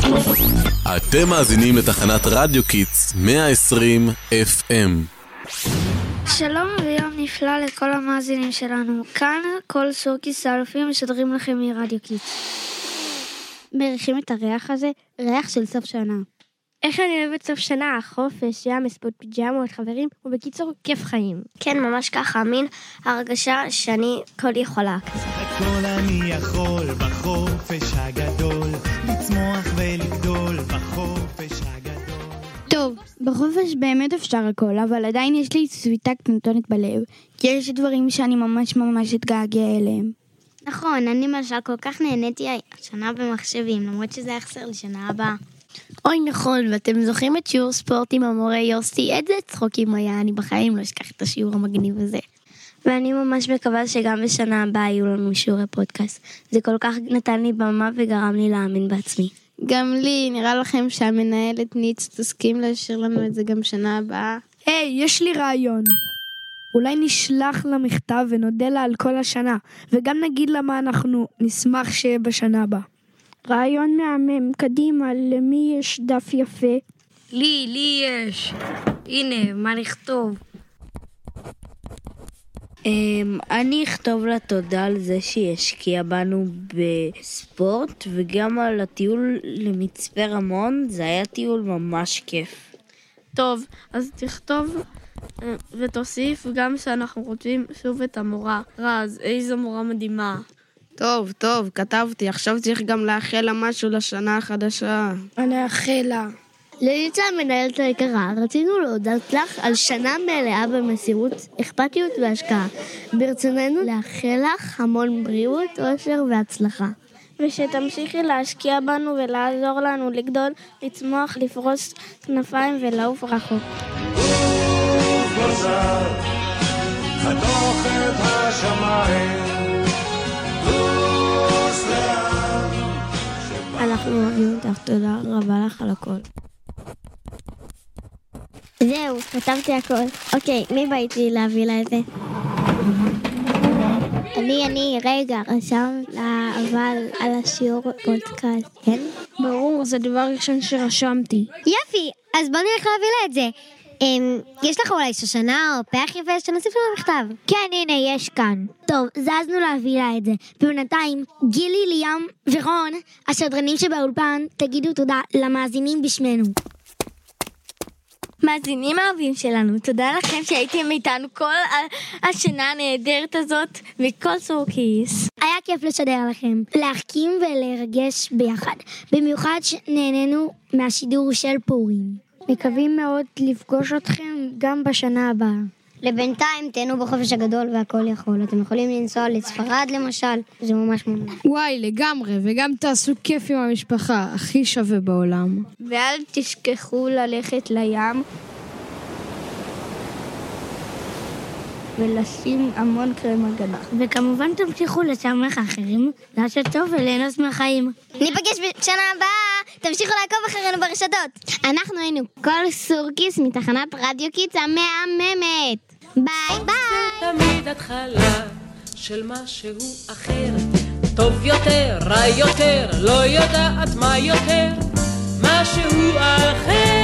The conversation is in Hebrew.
אתם מאזינים לתחנת רדיו קיטס 120 FM. שלום ויום נפלא לכל המאזינים שלנו. כאן כל סורקיס האלופים משדרים לכם מרדיו קיטס. מריחים את הריח הזה, ריח של סוף שנה. איך אני אוהבת סוף שנה, חופש, ים, ספורט פיג'מות, חברים, ובקיצור, כיף חיים. כן, ממש ככה, מין הרגשה שאני כל יכולה כזה. הכל אני יכול בחופש הגדול, לצמוח ולגדול בחופש הגדול. טוב, בחופש באמת אפשר הכל, אבל עדיין יש לי סוויטה קטנטונת בלב, כי יש דברים שאני ממש אתגעגע אליהם. נכון, אני למשל כל כך נהניתי השנה במחשבים, למרות שזה יחסר לשנה הבאה. אוי נכון, ואתם זוכרים את שיעור ספורט עם המורה יוסי? איזה צחוקים היה, אני בחיים לא אשכח את השיעור המגניב הזה. ואני ממש מקווה שגם בשנה הבאה יהיו לנו שיעורי פודקאסט. זה כל כך נתן לי במה וגרם לי להאמין בעצמי. גם לי, נראה לכם שהמנהלת ניץ תסכים להשאיר לנו את זה גם שנה הבאה? היי, יש לי רעיון. אולי נשלח לה מכתב ונודה לה על כל השנה, וגם נגיד לה מה אנחנו נשמח שיהיה בשנה הבאה. רעיון מהמם, קדימה, למי יש דף יפה? לי יש. הנה, מה לכתוב? אני אכתוב לה תודה על זה שהיא השקיעה בנו בספורט, וגם על הטיול למצפה רמון, זה היה טיול ממש כיף. טוב, אז תכתוב ותוסיף גם שאנחנו רוצים שוב את המורה. רז, איזו מורה מדהימה. טוב, כתבתי, עכשיו צריך גם לאחל לה משהו לשנה החדשה. אני אאחל לה. לליצה המנהלת היקרה, רצינו להודות לך על שנה מלאה במסירות, אכפתיות והשקעה. ברצוננו לאחל לך המון בריאות, אושר והצלחה. ושתמשיכי להשקיע בנו ולעזור לנו לגדול, לצמוח, לפרוס כנפיים ולעוף רחוק. חתוך את השמיים, אנחנו אוהבים אותך, תודה רבה לך על הכל. זהו, כתבתי הכל. אוקיי, מי בא איתי להביא לה את זה? אני, רגע, רשם לה אבל על השיעור פודקאסט, כן? ברור, זה דבר ראשון שרשמתי. יפי, אז בוא נלך להביא לה את זה. יש לך אולי שושנה או פח יפה שנוסיף לנו מכתב? כן, הנה, יש כאן. טוב, זזנו להביא לה את זה. ובינתיים, גילי, ליאם ורון, השדרנים שבאולפן, תגידו תודה למאזינים בשמנו. מאזינים האהובים שלנו, תודה לכם שהייתם איתנו כל השנה הנהדרת הזאת וכל סורקיס. היה כיף לשדר לכם, להחכים ולרגש ביחד. במיוחד שנהנינו מהשידור של פורים. מקווים מאוד לפגוש אתכם גם בשנה הבאה. לבינתיים תהנו בחופש הגדול והכל יכול. אתם יכולים לנסוע לספרד למשל, זה ממש ממש. וואי, לגמרי, וגם תעשו כיף עם המשפחה, הכי שווה בעולם. ואל תשכחו ללכת לים ולשים המון קרם הגנה. וכמובן תמשיכו לשמח אחרים, לעשות טוב וליהנות מהחיים. ניפגש בשנה הבאה, תמשיכו לעקוב אחרינו ברשתות. אנחנו היינו כל סורקיס מתחנת רדיו קיטס המהממת. ביי ביי. תמיד התחלה של משהו אחר, טוב יותר, רע יותר, לא יודעת מה יותר, משהו אחר.